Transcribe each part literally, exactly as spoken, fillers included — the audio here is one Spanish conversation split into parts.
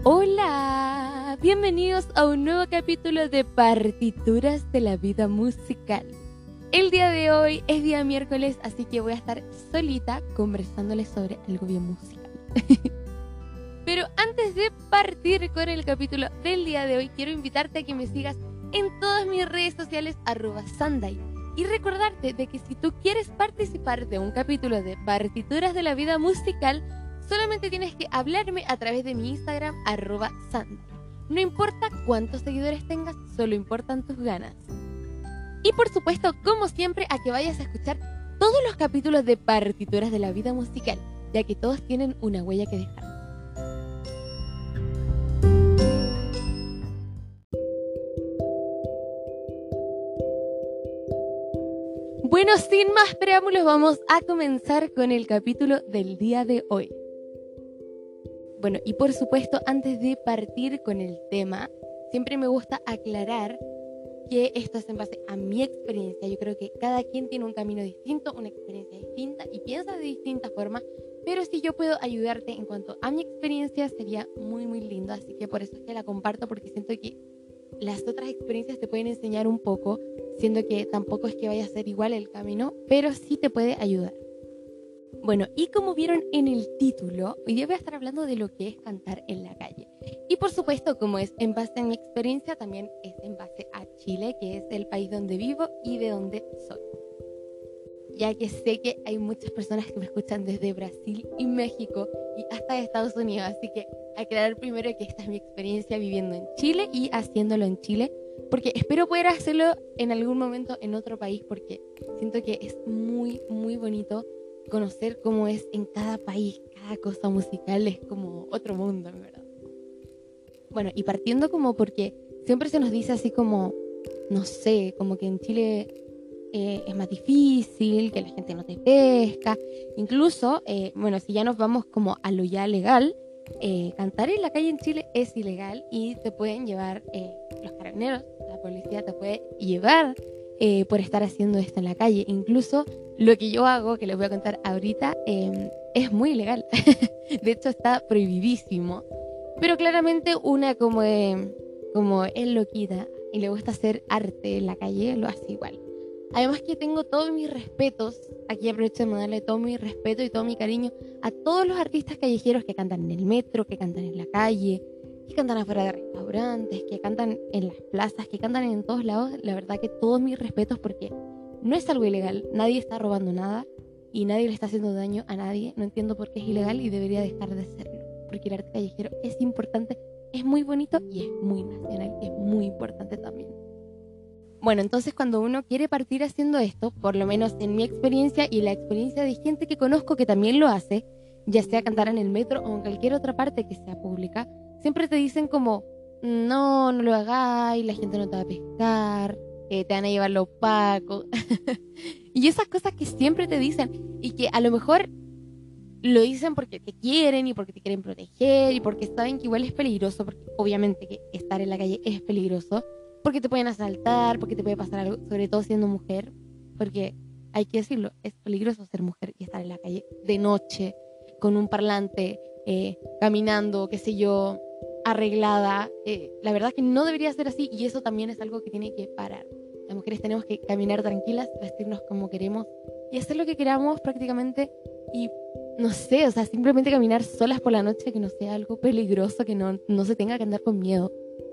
Hola, bienvenidos a un nuevo capítulo de Partituras de la Vida Musical. El día de hoy es día miércoles, así que voy a estar solita conversándoles sobre algo bien musical. Pero antes de partir con el capítulo del día de hoy, quiero invitarte a que me sigas en todas mis redes sociales, arroba Sunday. Y recordarte de que si tú quieres participar de un capítulo de Partituras de la Vida Musical, solamente tienes que hablarme a través de mi Instagram, arroba Sunday. No importa cuántos seguidores tengas, solo importan tus ganas. Y por supuesto, como siempre, a que vayas a escuchar todos los capítulos de Partituras de la Vida Musical, ya que todos tienen una huella que dejar. Bueno, sin más preámbulos, vamos a comenzar con el capítulo del día de hoy. Bueno, y por supuesto, antes de partir con el tema, siempre me gusta aclarar que esto es en base a mi experiencia. Yo creo que cada quien tiene un camino distinto, una experiencia distinta y piensa de distintas formas, pero si yo puedo ayudarte en cuanto a mi experiencia, sería muy, muy lindo. Así que por eso es que la comparto, porque siento que las otras experiencias te pueden enseñar un poco, siendo que tampoco es que vaya a ser igual el camino, pero sí te puede ayudar. Bueno, y como vieron en el título, hoy día voy a estar hablando de lo que es cantar en la calle. Y por supuesto, como es en base a mi experiencia, también es en base a Chile, que es el país donde vivo y de donde soy. Ya que sé que hay muchas personas que me escuchan desde Brasil y México y hasta de Estados Unidos, así que aclarar primero que esta es mi experiencia viviendo en Chile y haciéndolo en Chile, porque espero poder hacerlo en algún momento en otro país, porque siento que es muy, muy bonito conocer cómo es en cada país, cada cosa musical es como otro mundo, en verdad. Bueno, y partiendo como porque siempre se nos dice así como, no sé, como que en Chile eh, es más difícil, que la gente no te pesca, incluso, eh, bueno, si ya nos vamos como a lo ya legal, eh, cantar en la calle en Chile es ilegal y te pueden llevar eh, los carabineros, la policía te puede llevar eh, por estar haciendo esto en la calle. Incluso lo que yo hago, que les voy a contar ahorita, eh, es muy ilegal. De hecho, está prohibidísimo. Pero claramente una como, eh, como es loquita y le gusta hacer arte en la calle, lo hace igual. Además que tengo todos mis respetos, aquí aprovecho de mandarle todo mi respeto y todo mi cariño a todos los artistas callejeros que cantan en el metro, que cantan en la calle, que cantan afuera de restaurantes, que cantan en las plazas, que cantan en todos lados. La verdad que todos mis respetos, porque no es algo ilegal, nadie está robando nada y nadie le está haciendo daño a nadie. No entiendo por qué es ilegal y debería dejar de serlo, porque el arte callejero es importante, es muy bonito y es muy nacional, es muy importante también. Bueno, entonces cuando uno quiere partir haciendo esto, por lo menos en mi experiencia y la experiencia de gente que conozco que también lo hace, ya sea cantar en el metro o en cualquier otra parte que sea pública, siempre te dicen como, no, no lo hagáis, la gente no te va a pescar, eh, te van a llevar los pacos. Y esas cosas que siempre te dicen y que a lo mejor lo dicen porque te quieren y porque te quieren proteger y porque saben que igual es peligroso, porque obviamente que estar en la calle es peligroso, porque te pueden asaltar, porque te puede pasar algo, sobre todo siendo mujer, porque hay que decirlo, es peligroso ser mujer y estar en la calle de noche, con un parlante, eh, caminando, qué sé yo, arreglada. Eh, la verdad que no debería ser así y eso también es algo que tiene que parar. Las mujeres tenemos que caminar tranquilas, vestirnos como queremos y hacer lo que queramos prácticamente y no sé, o sea, simplemente caminar solas por la noche, que no sea algo peligroso, que no, no se tenga que andar con miedo.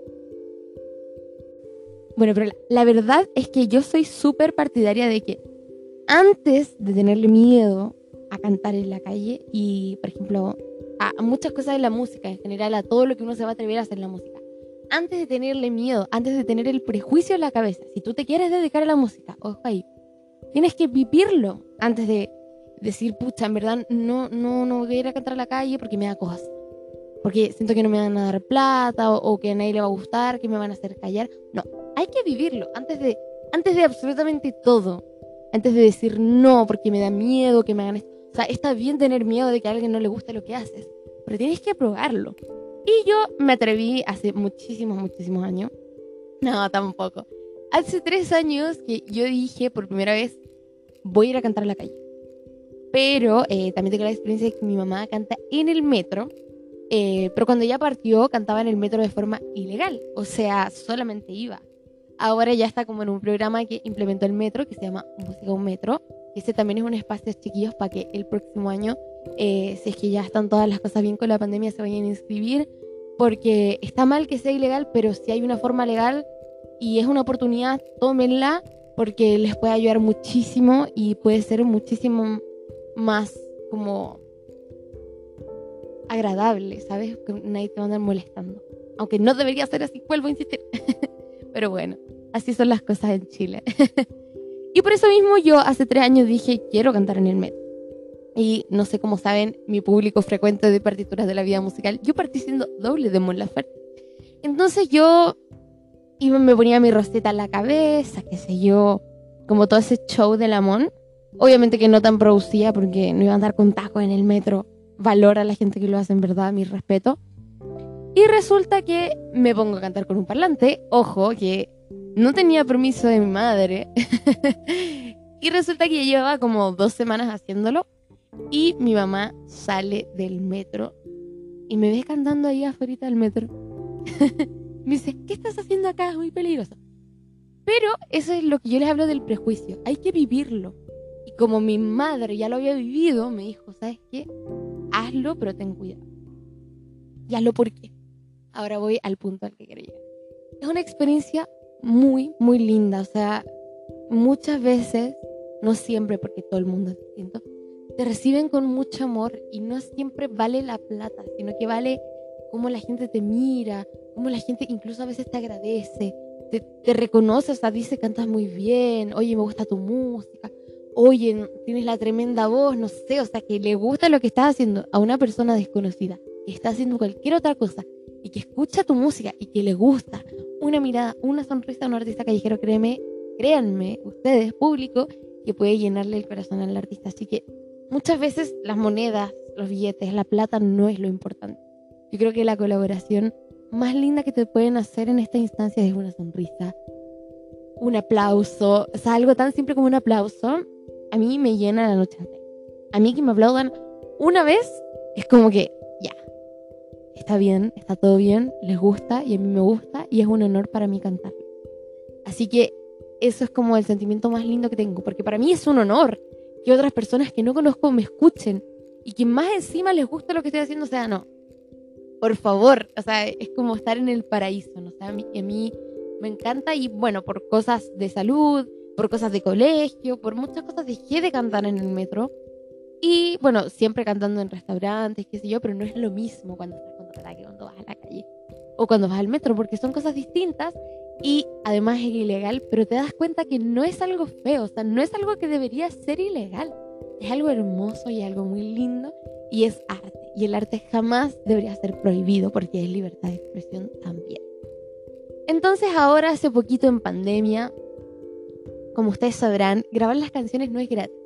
Bueno, pero la, la verdad es que yo soy súper partidaria de que antes de tenerle miedo a cantar en la calle y, por ejemplo, a, a muchas cosas de la música en general, a todo lo que uno se va a atrever a hacer en la música, antes de tenerle miedo, antes de tener el prejuicio en la cabeza, si tú te quieres dedicar a la música, ojo ahí, tienes que vivirlo antes de decir, pucha, en verdad no, no, no voy a ir a cantar a la calle porque me da cosas, porque siento que no me van a dar plata o, o que a nadie le va a gustar, que me van a hacer callar. No, hay que vivirlo antes de, antes de absolutamente todo. Antes de decir no porque me da miedo que me hagan esto. O sea, está bien tener miedo de que a alguien no le guste lo que haces, pero tienes que probarlo. Y yo me atreví hace muchísimos, muchísimos años. No, tampoco. Hace tres años que yo dije por primera vez, voy a ir a cantar a la calle. Pero eh, también tengo la experiencia de que mi mamá canta en el metro. Eh, pero cuando ya partió, cantaba en el metro de forma ilegal, o sea, solamente iba. Ahora ya está como en un programa que implementó el metro, que se llama Música Un Metro. Ese también es un espacio, chiquillos, para que el próximo año, eh, si es que ya están todas las cosas bien con la pandemia, se vayan a inscribir. Porque está mal que sea ilegal, pero si hay una forma legal y es una oportunidad, tómenla, porque les puede ayudar muchísimo y puede ser muchísimo más como agradable, ¿sabes? Que nadie te va a andar molestando. Aunque no debería ser así, vuelvo a insistir. Pero bueno, así son las cosas en Chile. Y por eso mismo yo hace tres años dije, quiero cantar en el metro. Y no sé cómo saben, mi público frecuente de partituras de la vida musical, yo partí siendo doble de Mon Laferte. Entonces yo iba, me ponía mi roseta en la cabeza, qué sé yo, como todo ese show de la Mon. Obviamente que no tan producida porque no iba a andar con tacos en el metro. Valora a la gente que lo hace, en verdad, mi respeto. Y resulta que me pongo a cantar con un parlante. Ojo, que no tenía permiso de mi madre. Y resulta que ya llevaba como dos semanas haciéndolo. Y mi mamá sale del metro y me ve cantando ahí afuera del metro. Me dice, ¿qué estás haciendo acá? Es muy peligroso. Pero eso es lo que yo les hablo del prejuicio. Hay que vivirlo. Y como mi madre ya lo había vivido, me dijo, ¿sabes qué? Hazlo, pero ten cuidado. Y hazlo por qué. Ahora voy al punto al que quiero llegar. Es una experiencia muy, muy linda. O sea, muchas veces, no siempre porque todo el mundo es distinto, te reciben con mucho amor y no siempre vale la plata, sino que vale cómo la gente te mira, cómo la gente incluso a veces te agradece, te, te reconoce, o sea, dice cantas muy bien, oye, me gusta tu música, oye, tienes la tremenda voz, no sé, o sea, que le gusta lo que estás haciendo a una persona desconocida, que está haciendo cualquier otra cosa y que escucha tu música y que le gusta una mirada, una sonrisa a un artista callejero, créeme, créanme, ustedes, público, que puede llenarle el corazón al artista, así que muchas veces las monedas, los billetes, la plata no es lo importante. Yo creo que la colaboración más linda que te pueden hacer en esta instancia es una sonrisa, un aplauso, o sea, algo tan simple como un aplauso, a mí me llena la noche entera. A mí que me aplaudan una vez es como que ya, está bien, está todo bien, les gusta y a mí me gusta y es un honor para mí cantar. Así que eso es como el sentimiento más lindo que tengo, porque para mí es un honor que otras personas que no conozco me escuchen y que más encima les gusta lo que estoy haciendo. O sea, no, por favor, o sea, es como estar en el paraíso, ¿no? O sea, a mí, a mí me encanta y bueno, por cosas de salud, por cosas de colegio, por muchas cosas dejé de cantar en el metro y bueno, siempre cantando en restaurantes, qué sé yo, pero no es lo mismo cuando estás con que cuando vas a la calle o cuando vas al metro, porque son cosas distintas y además es ilegal, pero te das cuenta que no es algo feo, o sea, no es algo que debería ser ilegal, es algo hermoso y algo muy lindo y es arte, y el arte jamás debería ser prohibido porque es libertad de expresión también. Entonces ahora, hace poquito en pandemia, como ustedes sabrán, grabar las canciones no es gratis.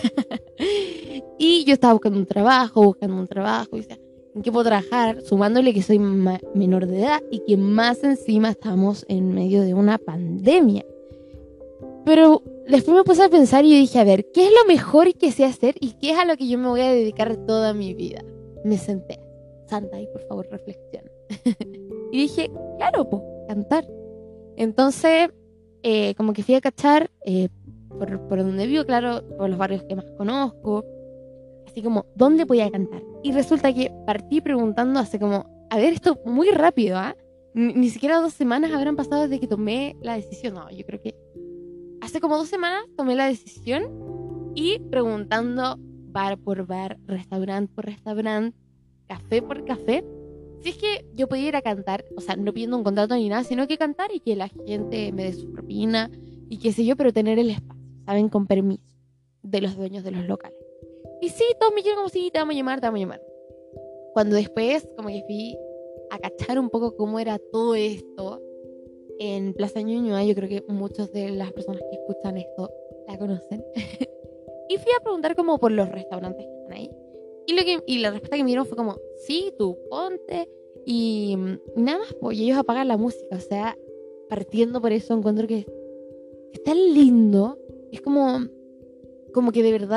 Y yo estaba buscando un trabajo, buscando un trabajo, y decía, ¿en qué puedo trabajar? Sumándole que soy ma- menor de edad y que más encima estamos en medio de una pandemia. Pero después me puse a pensar y yo dije, a ver, ¿qué es lo mejor que sé hacer y qué es a lo que yo me voy a dedicar toda mi vida? Me senté, Santa, y por favor reflexiona. Y dije, claro, pues, cantar. Entonces, eh, como que fui a cachar eh, por, por donde vivo, claro, por los barrios que más conozco. Así como, ¿dónde voy a cantar? Y resulta que partí preguntando hace como, a ver, esto muy rápido, ¿ah? ¿eh? Ni, ni siquiera dos semanas habrán pasado desde que tomé la decisión. No, yo creo que hace como dos semanas tomé la decisión y preguntando bar por bar, restaurante por restaurante, café por café, si es que yo podía ir a cantar, o sea, no pidiendo un contrato ni nada, sino que cantar y que la gente me dé su propina y qué sé yo, pero tener el espacio, ¿saben? Con permiso de los dueños de los locales. Y sí, todos me dijeron como, sí, te vamos a llamar, te vamos a llamar. Cuando después, como que fui a cachar un poco cómo era todo esto en Plaza Ñuñoa, yo creo que muchas de las personas que escuchan esto la conocen. Y fui a preguntar como por los restaurantes que están ahí. Y, lo que, y la respuesta que me dieron fue como, sí, tú ponte. Y, y nada más, pues ellos apagan la música. O sea, partiendo por eso, encuentro que es tan lindo. Es como, como que de verdad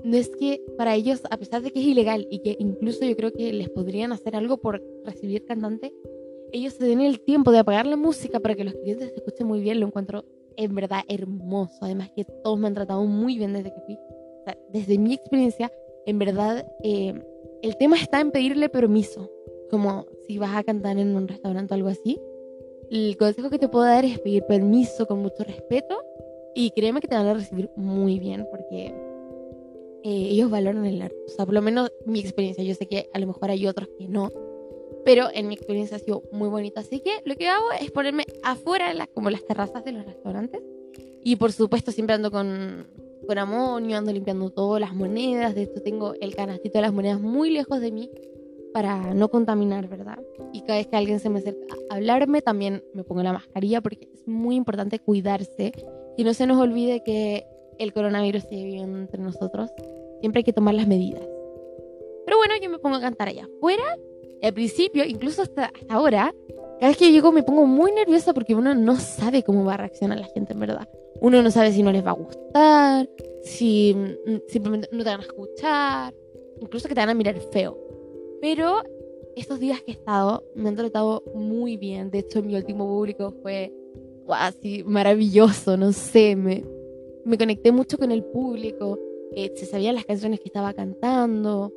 no es que para ellos, a pesar de que es ilegal y que incluso yo creo que les podrían hacer algo por recibir cantante, ellos se den el tiempo de apagar la música para que los clientes se escuchen muy bien. Lo encuentro en verdad hermoso. Además que todos me han tratado muy bien desde que fui. O sea, desde mi experiencia, en verdad, eh, el tema está en pedirle permiso. Como si vas a cantar en un restaurante o algo así. El consejo que te puedo dar es pedir permiso con mucho respeto. Y créeme que te van a recibir muy bien porque eh, ellos valoran el arte. O sea, por lo menos mi experiencia. Yo sé que a lo mejor hay otros que no. Pero en mi experiencia ha sido muy bonita. Así que lo que hago es ponerme afuera, las, como las terrazas de los restaurantes. Y por supuesto siempre ando con, con amonio, ando limpiando todas las monedas. De hecho tengo el canastito de las monedas muy lejos de mí para no contaminar, ¿verdad? Y cada vez que alguien se me acerca a hablarme, también me pongo la mascarilla porque es muy importante cuidarse. Y no se nos olvide que el coronavirus sigue viviendo entre nosotros. Siempre hay que tomar las medidas. Pero bueno, yo me pongo a cantar allá afuera. Al principio, incluso hasta, hasta ahora, cada vez que yo llego me pongo muy nerviosa porque uno no sabe cómo va a reaccionar la gente en verdad. Uno no sabe si no les va a gustar, si mm, simplemente no te van a escuchar, incluso que te van a mirar feo. Pero estos días que he estado me han tratado muy bien. De hecho, mi último público fue wow, así maravilloso, no sé, me, me conecté mucho con el público, eh, se sabían las canciones que estaba cantando.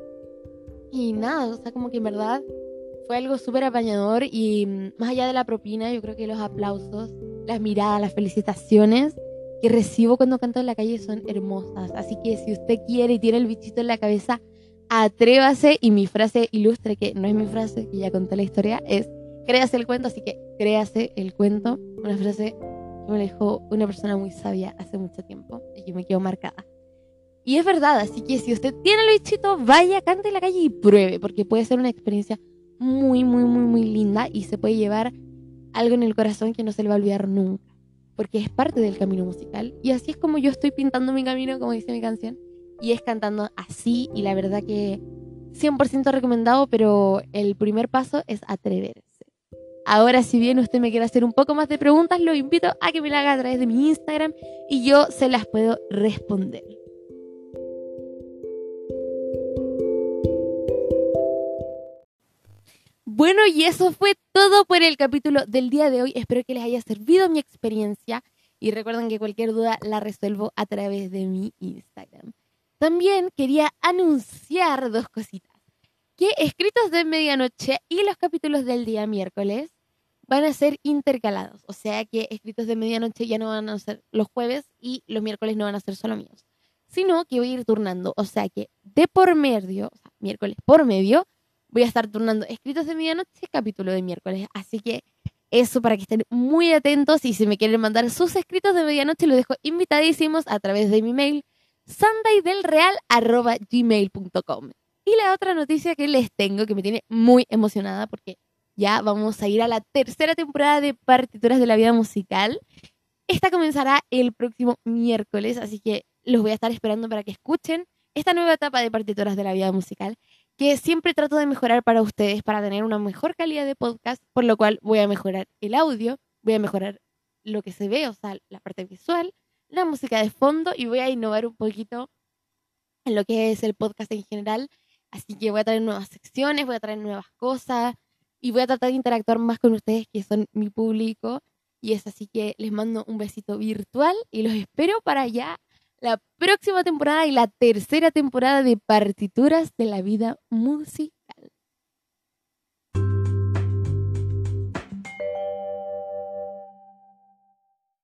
Y nada, o sea, como que en verdad fue algo súper apañador y mm, más allá de la propina, yo creo que los aplausos, las miradas, las felicitaciones que recibo cuando canto en la calle son hermosas. Así que si usted quiere y tiene el bichito en la cabeza, atrévase. Y mi frase ilustre, que no es mi frase, que ya conté la historia, es créase el cuento, así que créase el cuento. Una frase que me la dijo una persona muy sabia hace mucho tiempo y que me quedó marcada. Y es verdad, así que si usted tiene el bichito, vaya, cante en la calle y pruebe, porque puede ser una experiencia muy, muy, muy, muy linda y se puede llevar algo en el corazón que no se le va a olvidar nunca, porque es parte del camino musical. Y así es como yo estoy pintando mi camino, como dice mi canción, y es cantando así, y la verdad que cien por ciento recomendado, pero el primer paso es atreverse. Ahora, si bien usted me quiere hacer un poco más de preguntas, lo invito a que me la haga a través de mi Instagram y yo se las puedo responder. Bueno, y eso fue todo por el capítulo del día de hoy. Espero que les haya servido mi experiencia y recuerden que cualquier duda la resuelvo a través de mi Instagram. También quería anunciar dos cositas. Que Escritos de Medianoche y los capítulos del día miércoles van a ser intercalados. O sea que Escritos de Medianoche ya no van a ser los jueves y los miércoles no van a ser solo míos. Sino que voy a ir turnando. O sea que de por medio, o sea, miércoles por medio, voy a estar turnando Escritos de Medianoche, capítulo de miércoles. Así que eso para que estén muy atentos. Y si me quieren mandar sus escritos de medianoche, los dejo invitadísimos a través de mi mail, sandaydelreal arroba gmail punto com. Y la otra noticia que les tengo, que me tiene muy emocionada, porque ya vamos a ir a la tercera temporada de Partituras de la Vida Musical. Esta comenzará el próximo miércoles, así que los voy a estar esperando para que escuchen esta nueva etapa de Partituras de la Vida Musical, que siempre trato de mejorar para ustedes, para tener una mejor calidad de podcast, por lo cual voy a mejorar el audio, voy a mejorar lo que se ve, o sea, la parte visual, la música de fondo, y voy a innovar un poquito en lo que es el podcast en general. Así que voy a traer nuevas secciones, voy a traer nuevas cosas y voy a tratar de interactuar más con ustedes, que son mi público. Y es así que les mando un besito virtual y los espero para ya la próxima temporada y la tercera temporada de Partituras de la Vida Musical.